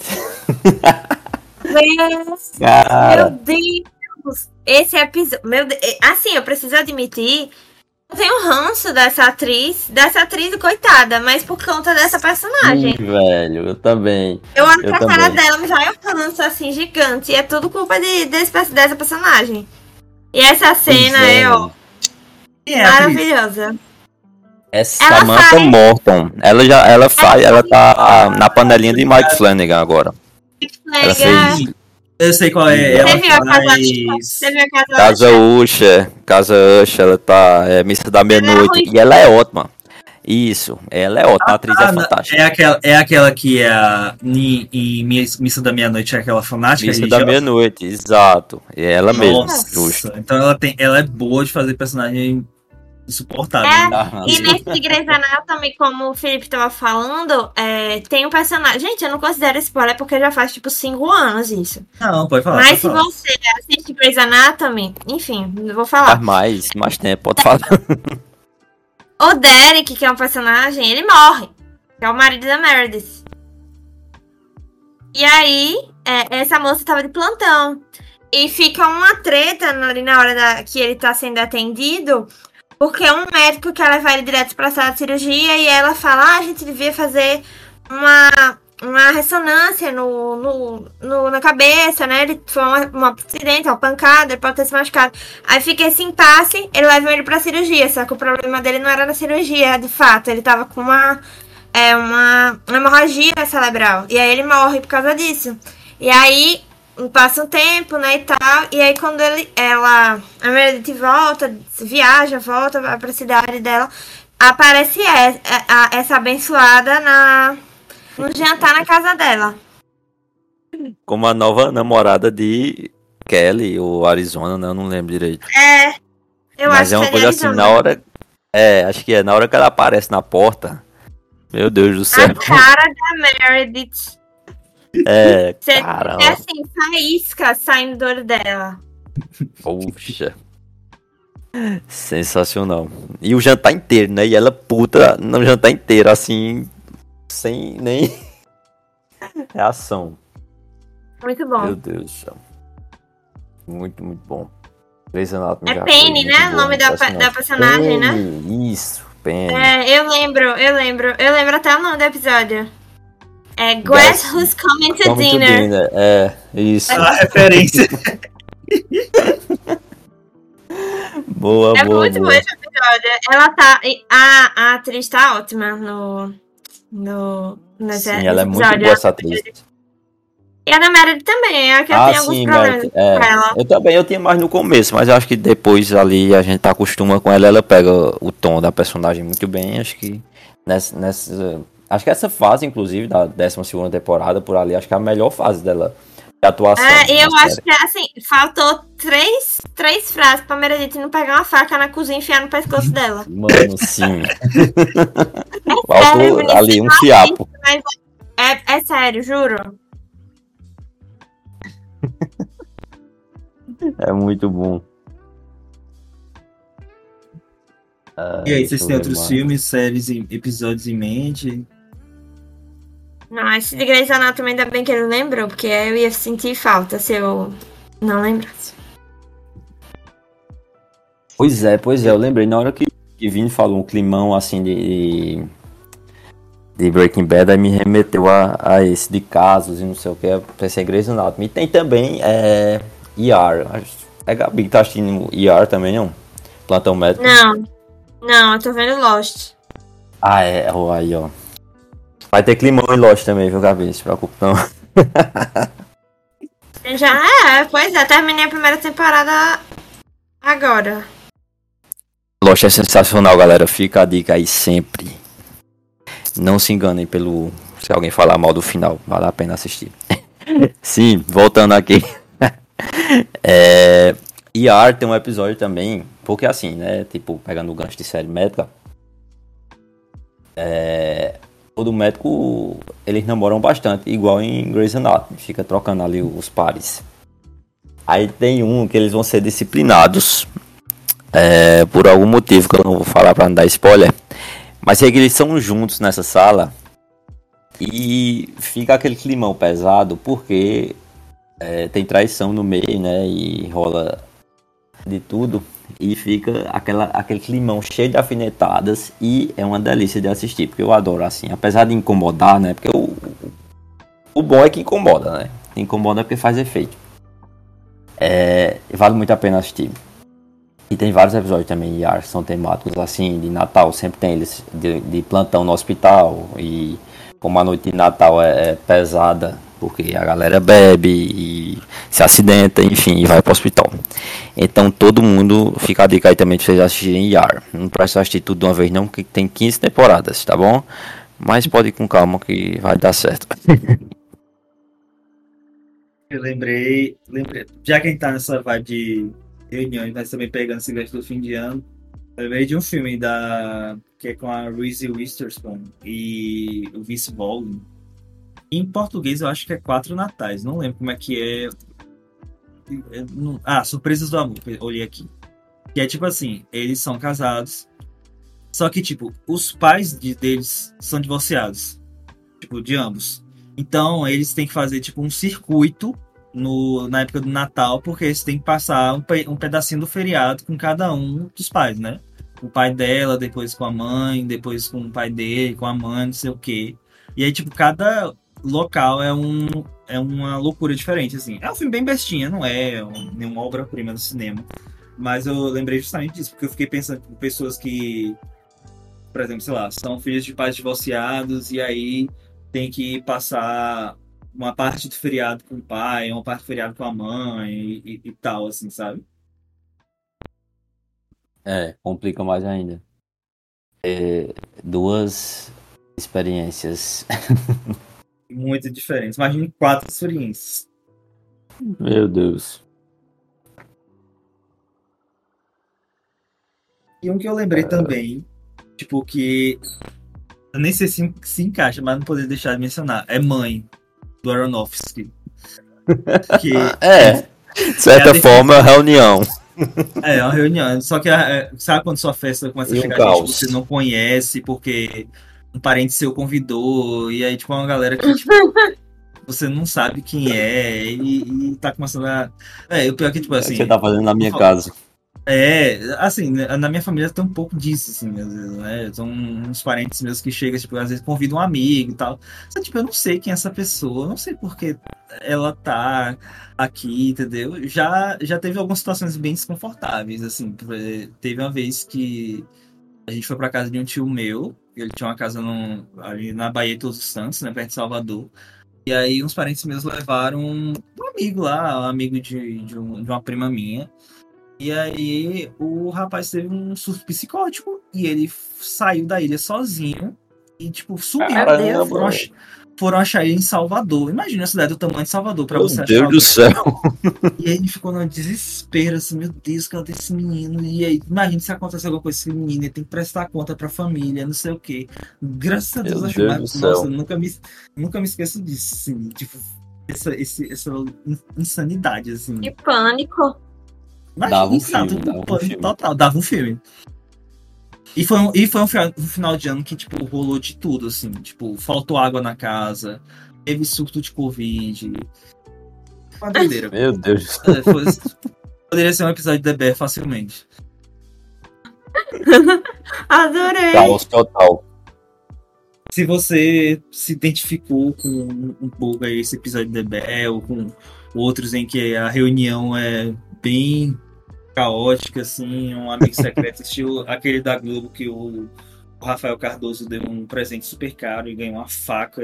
Cara, Meu Deus! Esse episódio. Meu Deus, assim, eu preciso admitir. Eu tenho ranço dessa atriz coitada, mas por conta dessa personagem. sim, velho, eu também. Eu olho pra cara também. dela, me vai um ranço assim gigante. E é tudo culpa dessa personagem. E essa cena Pois é, ó, E é a atriz. maravilhosa. É Ela Samantha faz- Morton. Ela tá na panelinha de Mike Flanagan agora. Ela fez Eu sei qual é. Ela Você viu a casa? faz. Você viu a casa? Casa Usher, ela tá Missa da Meia-Noite. ruim. E ela é ótima. Isso, ela é ótima, a atriz é fantástica. É aquela que é em Missa da Meia-Noite, é aquela fanática Missa religiosa? da Meia-Noite, exato. É ela mesma, Nossa, justo. então ela é boa de fazer personagem insuportável. É, né? Aham. E nesse Grey's Anatomy, como o Felipe tava falando, tem um personagem. Gente, eu não considero spoiler porque já faz tipo 5 anos isso. Não, pode falar. Mas pode se falar. você assiste Grey's Anatomy, enfim, não vou Faz falar. mais tempo, pode falar. O Derek, que é um personagem, ele morre. Que é o marido da Meredith. E aí, essa moça tava de plantão. E fica uma treta ali na hora que ele tá sendo atendido. Porque um médico quer levar ele direto pra sala de cirurgia. E ela fala, a gente devia fazer uma ressonância na cabeça, né? Ele foi um acidente, uma pancada, ele pode ter se machucado. Aí fica esse impasse, ele leva ele pra cirurgia. Só que o problema dele não era na cirurgia, de fato. Ele tava com uma hemorragia cerebral. E aí ele morre por causa disso. E aí passa um tempo, né, e tal. E aí quando a Meredith volta pra cidade dela, aparece essa abençoada no jantar na casa dela. Como a nova namorada de Kelly, ou Arizona, né? Eu não lembro direito. Eu Mas acho é uma que coisa assim, na hora. Acho que na hora que ela aparece na porta. Meu Deus do céu. A cara da Meredith. Você Caramba. vê assim, faísca saindo do olho dela. Poxa. Sensacional. E o jantar inteiro, né? E ela puta no jantar inteiro, assim. Sem nem reação. Muito bom. Meu Deus do céu. Muito, muito bom. Grey's Anatomy É já Penny, foi né? muito O nome boa, da personagem, né? Penny, isso, Penny. Eu lembro até o nome do episódio. Guess Who's Coming to Come to Dinner. Isso. A referência. Boa, É boa, muito bom boa. esse episódio. Ela tá. A atriz tá ótima nesse Sim, ela é muito episódio. boa, essa atriz. E a da Meredith também, é que eu tenho alguns sim, problemas Meredith, com ela. Eu também, eu tinha mais no começo, mas eu acho que depois ali a gente acostuma com ela, ela pega o tom da personagem muito bem, acho que acho que essa fase, inclusive, da 12ª temporada, por ali, acho que é a melhor fase dela de atuação. E eu na acho série. que, assim, faltou três frases pra Meredith não pegar uma faca na cozinha e enfiar no pescoço dela. Mano, sim. Sério, Faltou Vinícius, ali um fiapo. mas é sério, juro. É muito bom. E aí, Deixa vocês eu têm ver outros mais. filmes, séries e episódios em mente? Não, esse de Grey's Anatomy ainda bem que ele lembrou, porque eu ia sentir falta se eu não lembrasse. Pois é, eu lembrei. Na hora que Vini falou um climão assim de Breaking Bad, aí me remeteu a esse de casos e não sei o que. Eu pensei em Grey's Anatomy. E tem também ER. É Gabi que tá assistindo ER também, não? Plantão Médico. Não, eu tô vendo Lost. Ah, aí, ó. Vai ter climão em Lost também, viu, Gabi? Não se preocupe, não. Pois é, terminei a primeira temporada agora. Lost é sensacional, galera. Fica a dica aí sempre. Não se enganem se alguém falar mal do final. Vale a pena assistir. Sim, voltando aqui. ER tem um episódio também. Porque assim, né? Tipo, pegando o gancho de série médica. Todo médico, eles namoram bastante. Igual em Grey's Anatomy. Fica trocando ali os pares. Aí tem um que eles vão ser disciplinados. Por algum motivo que eu não vou falar pra não dar spoiler. Mas é que eles são juntos nessa sala. E fica aquele climão pesado. Porque tem traição no meio, né? E rola de tudo. E fica aquele climão cheio de alfinetadas. E é uma delícia de assistir. Porque eu adoro assim. Apesar de incomodar, né? Porque o bom é que incomoda, né? Incomoda porque faz efeito. Vale muito a pena assistir. E tem vários episódios também de ER, são temáticos assim, de Natal, sempre tem eles de plantão no hospital. E como a noite de Natal é pesada, porque a galera bebe e se acidenta, enfim, e vai pro hospital. Então todo mundo, fica a dica aí também de vocês assistirem ER. Não precisa assistir tudo de uma vez não, porque tem 15 temporadas, tá bom? Mas pode ir com calma que vai dar certo. Eu lembrei, já que a gente tá nessa vibe de reuniões, mas também pegando esse gancho do fim de ano, eu lembrei de um filme que é com a Reese Witherspoon e o Vince Vaughn. Em português eu acho que é Quatro Natais, não lembro como é que é. Surpresas do Amor, eu olhei aqui. Que é tipo assim, eles são casados, só que tipo, os pais deles são divorciados, tipo, de ambos. Então eles têm que fazer tipo um circuito na época do Natal, porque eles têm que passar um pedacinho do feriado com cada um dos pais, né? O pai dela, depois com a mãe, depois com o pai dele, com a mãe, não sei o quê. E aí, tipo, cada local é uma loucura diferente, assim. É um filme bem bestinha, não é nenhuma obra-prima do cinema. Mas eu lembrei justamente disso, porque eu fiquei pensando em pessoas que, por exemplo, sei lá, são filhos de pais divorciados e aí tem que passar uma parte do feriado com o pai, uma parte do feriado com a mãe e tal, assim, sabe? Complica mais ainda. Duas experiências. Muito diferentes. Imagine 4 experiências. Meu Deus. E um que eu lembrei também, tipo, que eu nem sei se encaixa, mas não poderia deixar de mencionar, é Mãe, do Aronofsky. Que de certa forma, é uma reunião. É uma reunião. Só que sabe quando sua festa começa a chegar gente que você não conhece porque um parente seu convidou, e aí tipo é uma galera que tipo, você não sabe quem é e tá começando a. O pior é que, tipo assim. O que você tá fazendo na minha casa? Assim, na minha família tem um pouco disso, assim, às vezes, né? São uns parentes meus que chegam, tipo, às vezes convidam um amigo e tal. Só, tipo, eu não sei quem é essa pessoa, eu não sei por que ela tá aqui, entendeu? Já teve algumas situações bem desconfortáveis, assim. Teve uma vez que a gente foi pra casa de um tio meu, ele tinha uma casa ali na Baía de Todos os Santos, né, perto de Salvador. E aí uns parentes meus levaram um amigo lá, um amigo de uma prima minha. E aí o rapaz teve um surto psicótico e ele saiu da ilha sozinho e, tipo, sumiu. foram achar ele em Salvador. Imagina a cidade do tamanho de Salvador pra Meu você achar Deus alguém. do céu. E aí ele ficou no desespero, assim, meu Deus, cadê esse menino? E aí, imagina se acontece alguma coisa com esse menino, ele tem que prestar conta pra família, não sei o quê. Graças a Deus, Meu acho Deus mais. do céu. Nossa, eu nunca me esqueço disso, assim, tipo, essa insanidade, assim. Que pânico. Dava um exato, filme, dava um pânico filme. total, dava um filme. E foi um final de ano que, tipo, rolou de tudo, assim, tipo, faltou água na casa, teve surto de Covid. Uma doideira. Meu Deus do céu. Poderia ser um episódio de The Bear facilmente. Adorei. Caos total. Se você se identificou com um pouco aí esse episódio de The Bear, ou com outros em que a reunião é bem caótica, assim, um amigo secreto, estilo aquele da Globo que o Rafael Cardoso deu um presente super caro e ganhou uma faca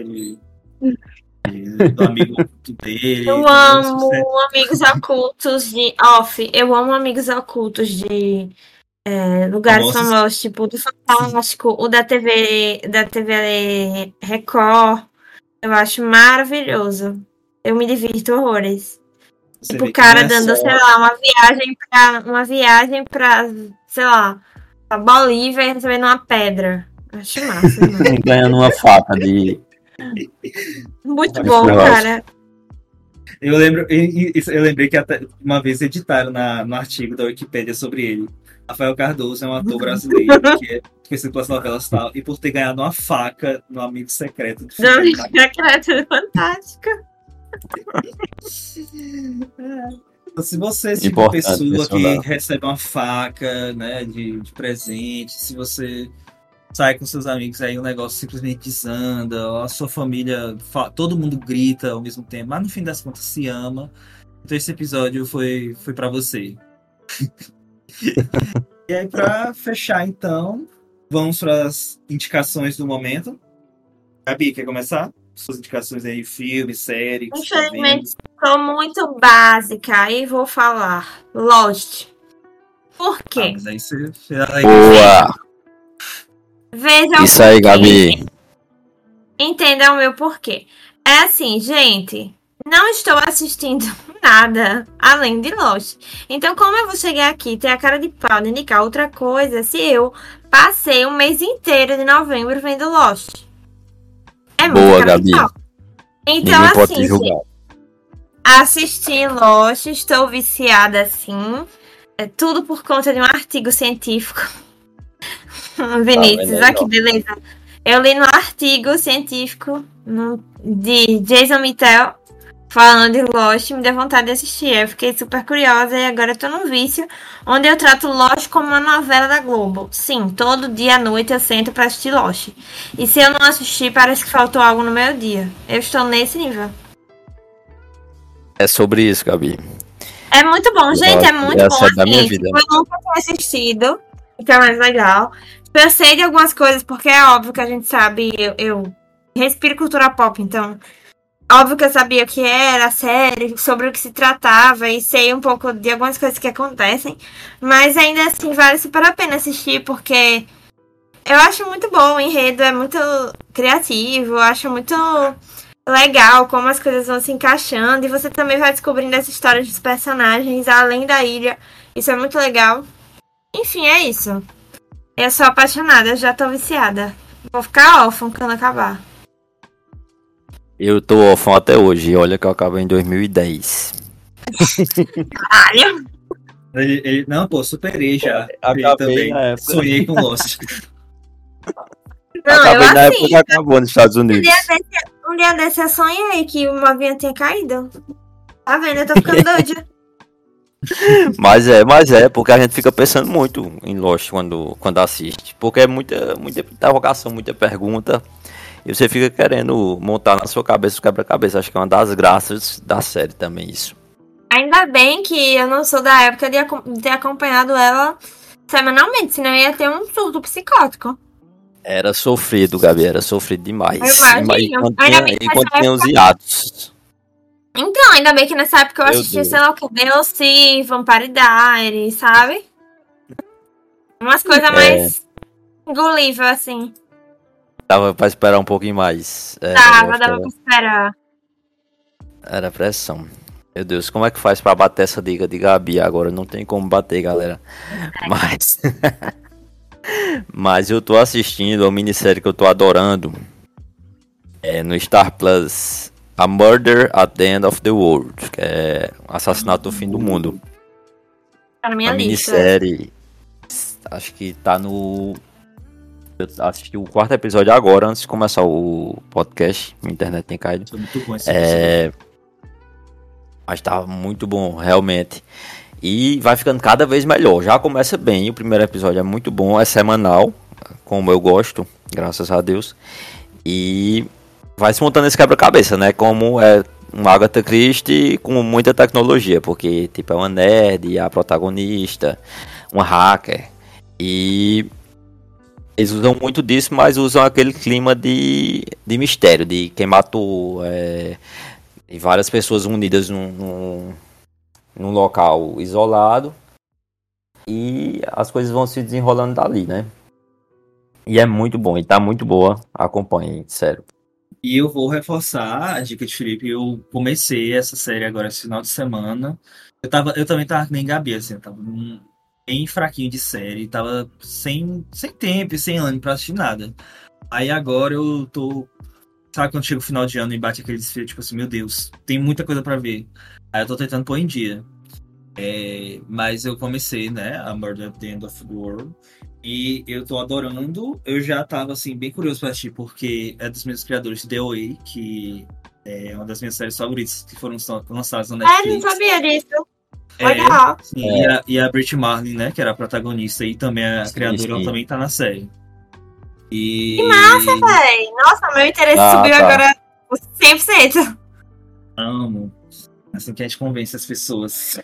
do amigo dele. Eu amo amigos ocultos de off. Eu amo amigos ocultos de lugares Famosos. famosos, tipo do Fantástico, o da TV Record. Eu acho maravilhoso. Eu me divirto horrores. Você Tipo, vê o que cara não é dando, só- sei lá, uma viagem pra, sei lá, pra Bolívia e recebendo uma pedra. Acho massa, mano. Ganhando uma faca de. Muito Olha bom, que cara. Eu lembrei que até uma vez editaram no artigo da Wikipédia sobre ele. Rafael Cardoso é um ator brasileiro que é conhecido pelas novelas e tal, e por ter ganhado uma faca no Amigo Secreto do Não, filme. secreto fantástico. Então, se você é esse tipo de Importante pessoa que mencionar. recebe uma faca, né, de presente, se você sai com seus amigos aí o negócio simplesmente desanda, ou a sua família, todo mundo grita ao mesmo tempo, mas no fim das contas se ama. Então esse episódio foi para você. E aí, pra fechar, então, vamos para as indicações do momento. Gabi, quer começar? Suas indicações aí, filme, série. que você tá vendo. Infelizmente, sou muito básica e vou falar. Lost. Por Ah, quê? mas aí você Boa! Veja Isso aí, o porquê. Gabi. Entenda o meu porquê. É assim, gente, não estou assistindo nada além de Lost. Então, como eu vou chegar aqui e ter a cara de pau de indicar outra coisa se eu passei um mês inteiro de novembro vendo Lost? É muito Boa, cara de Gabi. pau. Então, Ninguém pode assim, te julgar. assisti Lost, estou viciada assim. É tudo por conta de um artigo científico. Vinícius, vendo aí, aqui, ó. beleza. Eu li no artigo científico de Jason Mitchell falando de Lost, me deu vontade de assistir. Eu fiquei super curiosa e agora eu tô num vício onde eu trato Lost como uma novela da Globo. Sim, todo dia à noite eu sento pra assistir Lost. E se eu não assistir, parece que faltou algo no meu dia. Eu estou nesse nível. É sobre isso, Gabi. É muito bom, gente, é muito Essa bom. é da minha Assim, vida. eu nunca tinha assistido, então é mais legal. Eu sei de algumas coisas, porque é óbvio que a gente sabe, eu respiro cultura pop, então óbvio que eu sabia o que era a série, sobre o que se tratava, e sei um pouco de algumas coisas que acontecem, mas ainda assim vale super a pena assistir, porque eu acho muito bom, o enredo é muito criativo, eu acho muito legal como as coisas vão se encaixando, e você também vai descobrindo essa história dos personagens, além da ilha, isso é muito legal. Enfim, é isso. Eu sou apaixonada, eu já tô viciada. Vou ficar órfã quando acabar. Eu tô órfão até hoje. Olha que eu acabei em 2010. Caralho! Não, pô, superei já. Acabei Eu também na época. sonhei com Lost. Não, Acabei eu na época assim, que acabou nos Estados um Unidos. dia desse eu sonhei que um avião tinha caído. Tá vendo? Eu tô ficando doida. Mas é, porque a gente fica pensando muito em Lost quando assiste. Porque é muita interrogação, muita pergunta. E você fica querendo montar na sua cabeça o quebra-cabeça. Acho que é uma das graças da série também, isso. Ainda bem que eu não sou da época de ter acompanhado ela semanalmente, senão eu ia ter um surto psicótico. Era sofrido, Gabi, era sofrido demais. Eu imagino. Enquanto Ainda bem que enquanto nessa tinha os hiatos. Então, ainda bem que nessa época eu Meu assistia, Deus. sei lá o que, DLC, Vampire Diaries, sabe? Umas coisas mais engolível, assim. Tava pra esperar um pouquinho mais. Dava pra esperar. Era pressão. Meu Deus, como é que faz pra bater essa dica de Gabi agora? Não tem como bater, galera. Mas... Mas eu tô assistindo uma minissérie que eu tô adorando. No Star Plus. A Murder at the End of the World. Que é Assassinato no Fim do Mundo. Tá na minha Uma lista. minissérie. Acho que tá no... Eu assisti o 4º episódio agora, antes de começar o podcast. Minha internet tem caído. Foi muito bom esse episódio. Mas tá muito bom, realmente. E vai ficando cada vez melhor. Já começa bem, o primeiro episódio é muito bom, é semanal, como eu gosto, graças a Deus. E vai se montando esse quebra-cabeça, né? Como é um Agatha Christie com muita tecnologia, porque tipo é uma nerd, a protagonista, uma hacker. E eles usam muito disso, mas usam aquele clima de mistério, de quem matou, e várias pessoas unidas num local isolado, e as coisas vão se desenrolando dali, né? E é muito bom, e tá muito boa, acompanhem, sério. E eu vou reforçar a dica de Felipe. Eu comecei essa série agora esse final de semana. Eu também tava que nem Gabi, assim, eu tava bem fraquinho de série, tava sem tempo e sem ânimo pra assistir nada. Aí agora eu tô. Sabe quando chega o final de ano e bate aquele desfile, tipo assim, meu Deus, tem muita coisa pra ver. Aí eu tô tentando pôr em dia. Mas eu comecei, né, a Murder at the End of the World. E eu tô adorando. Eu já tava, assim, bem curioso pra assistir, porque é dos meus criadores de The OA, que é uma das minhas séries favoritas que foram lançadas na Netflix. Não sabia disso. Legal. Sim, e a Brit Marlin, né, que era a protagonista e também a criadora, ela também tá na série. Que massa, véi! Nossa, meu interesse subiu agora 100%. Amo. Assim que a gente convence as pessoas.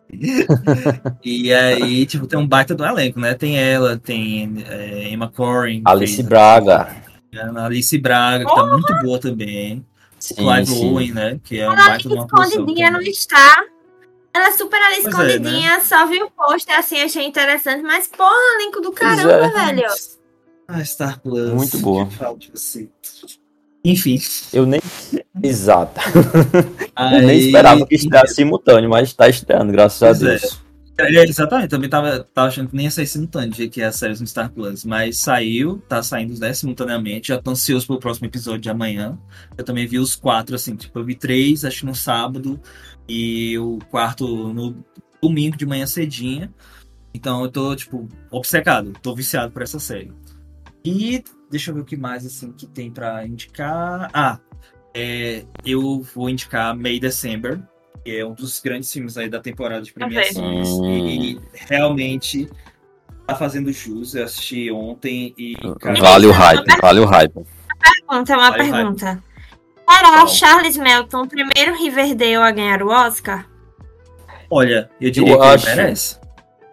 E aí, tipo, tem um baita do elenco, né? Tem ela, tem Emma Corrin. Alice Braga. Alice Braga, que tá muito boa também. Clive Owen, né? Que é um baita de uma produção. Escondidinha não está. Ela é super ali Pois escondidinha, né? Só vi o pôster assim, achei interessante, mas porra, elenco do caramba, velho. Star Plus. Muito boa. Enfim. Eu nem... Exato. Eu nem esperava que estreasse simultâneo, mas tá estreando, graças a Deus. Exatamente, também tava achando que nem ia sair simultâneo, de que é a série no Star Plus, mas saiu, tá saindo, né, simultaneamente. Já tô ansioso pelo próximo episódio de amanhã. Eu também vi os 4, assim, tipo, eu vi 3, acho que no sábado, e o 4 no domingo de manhã cedinha. Então eu tô, tipo, obcecado, tô viciado por essa série. E deixa eu ver o que mais, assim, que tem pra indicar. Eu vou indicar May December, que é um dos grandes filmes aí da temporada de premiações. E realmente tá fazendo jus. Eu assisti ontem e... Cara, vale o hype. Uma pergunta. Será Charles Melton o primeiro Riverdale a ganhar o Oscar? Olha, eu diria que ele merece.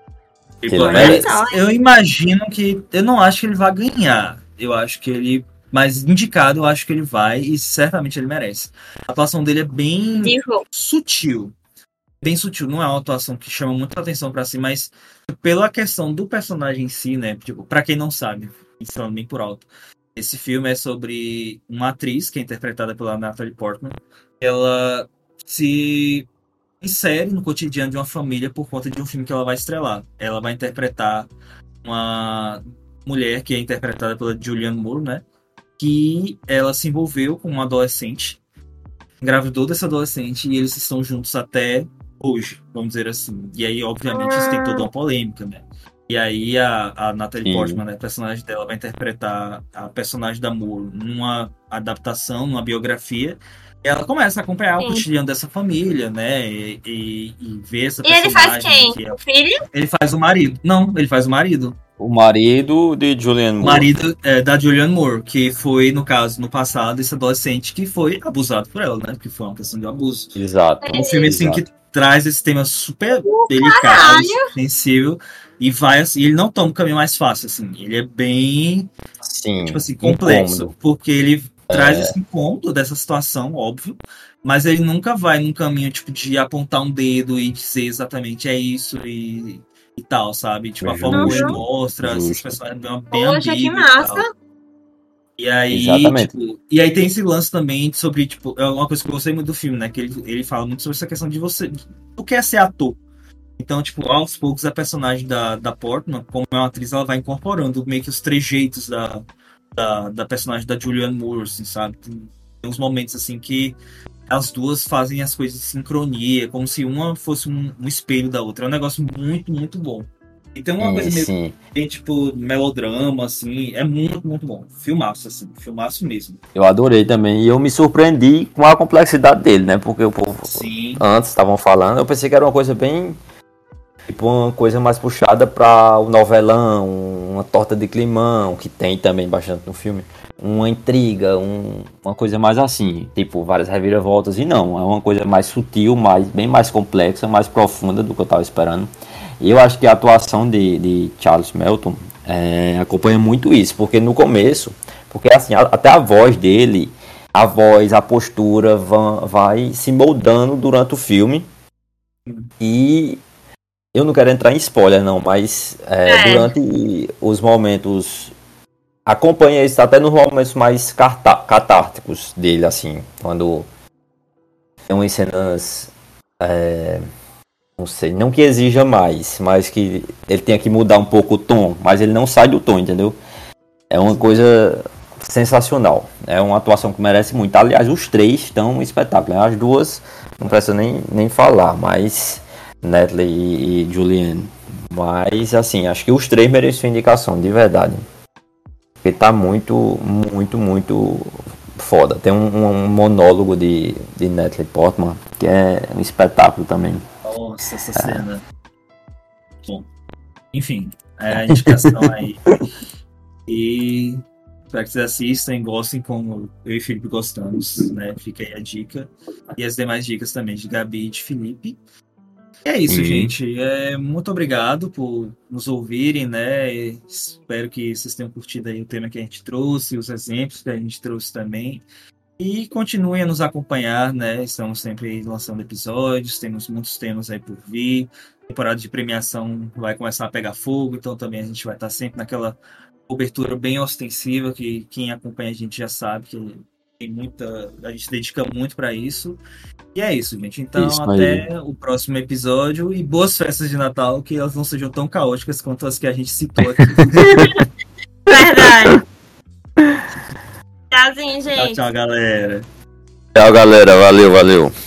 Eu imagino que... Eu não acho que ele vai ganhar. Eu acho que ele... Mas indicado, eu acho que ele vai e certamente ele merece. A atuação dele é bem sutil. Bem sutil. Não é uma atuação que chama muita atenção pra si, mas pela questão do personagem em si, né? Tipo, pra quem não sabe, falando bem por alto, esse filme é sobre uma atriz que é interpretada pela Natalie Portman. Ela se insere no cotidiano de uma família por conta de um filme que ela vai estrelar. Ela vai interpretar uma mulher que é interpretada pela Julianne Moore, né? Que ela se envolveu com uma adolescente, engravidou dessa adolescente e eles estão juntos até hoje, vamos dizer assim. E aí, obviamente, isso tem toda uma polêmica, né? E aí a Natalie Portman, né, a personagem dela, vai interpretar a personagem da Moore numa adaptação, numa biografia. E ela começa a acompanhar o cotidiano dessa família, né? E ver essa personagem. E ele faz quem? O filho? Ele faz o marido. Não, ele faz o marido. O marido de Julianne Moore. O marido da Julianne Moore, que foi, no caso, no passado, esse adolescente que foi abusado por ela, né? Que foi uma questão de abuso. Exato. É um filme, assim, que traz esse tema super delicado, sensível, e vai, assim, ele não toma o caminho mais fácil, assim. Ele é bem, tipo assim, complexo, incômodo. Porque ele traz esse incômodo dessa situação, óbvio, mas ele nunca vai num caminho, tipo, de apontar um dedo e dizer exatamente é isso e tal, sabe? Tipo, a forma como ele mostra, esses personagens bem ambíguos. Poxa, que massa! E aí, Exatamente. tipo, e aí tem esse lance também sobre, tipo, é uma coisa que eu gostei muito do filme, né? Que ele fala muito sobre essa questão de você. O que é ser ator? Então, tipo, aos poucos a personagem da Portman, como é uma atriz, ela vai incorporando meio que os trejeitos da personagem da Julianne Moore, assim, sabe? Tem uns momentos assim que as duas fazem as coisas em sincronia, como se uma fosse um espelho da outra. É um negócio muito, muito bom. E tem uma coisa meio Sim. tem, tipo, melodrama, assim, é muito, muito bom. Filmaço, assim, filmaço mesmo. Eu adorei também. E eu me surpreendi com a complexidade dele, né? Porque o povo Sim. antes estavam falando, eu pensei que era uma coisa bem. Tipo, uma coisa mais puxada para o novelão, uma torta de climão, que tem também bastante no filme. Uma intriga, uma coisa mais assim. Tipo, várias reviravoltas. E não, é uma coisa mais sutil, bem mais complexa, mais profunda do que eu estava esperando. E eu acho que a atuação de Charles Melton acompanha muito isso. Porque no começo, porque assim, até a voz dele, a voz, a postura vai se moldando durante o filme. E eu não quero entrar em spoiler não, mas durante os momentos, acompanha isso até nos momentos mais catárticos dele, assim, quando tem umas cenas, não sei, não que exija mais, mas que ele tenha que mudar um pouco o tom, mas ele não sai do tom, entendeu? É uma coisa sensacional, é uma atuação que merece muito. Aliás, os três estão um espetáculo, as duas não precisa nem falar, mas Natalie e Julianne. Mas assim, acho que os três merecem indicação, de verdade. Porque tá muito, muito, muito foda. Tem um monólogo de Natalie Portman que é um espetáculo também. Nossa, essa cena. Bom, enfim, a indicação aí. E espero que vocês assistam e gostem como eu e Felipe gostamos, né? Fica aí a dica. E as demais dicas também de Gabi e de Felipe. E é isso, gente. Muito obrigado por nos ouvirem, né? Espero que vocês tenham curtido aí o tema que a gente trouxe, os exemplos que a gente trouxe também. E continuem a nos acompanhar, né? Estamos sempre lançando episódios, temos muitos temas aí por vir. A temporada de premiação vai começar a pegar fogo, então também a gente vai estar sempre naquela cobertura bem ostensiva, que quem acompanha a gente já sabe que a gente dedica muito para isso. E é isso, gente. Então, Isso até aí. o próximo episódio e boas festas de Natal, que elas não sejam tão caóticas quanto as que a gente citou aqui. Verdade. Tchauzinho, Tchau, gente. tchau, galera. Tchau, galera. Valeu.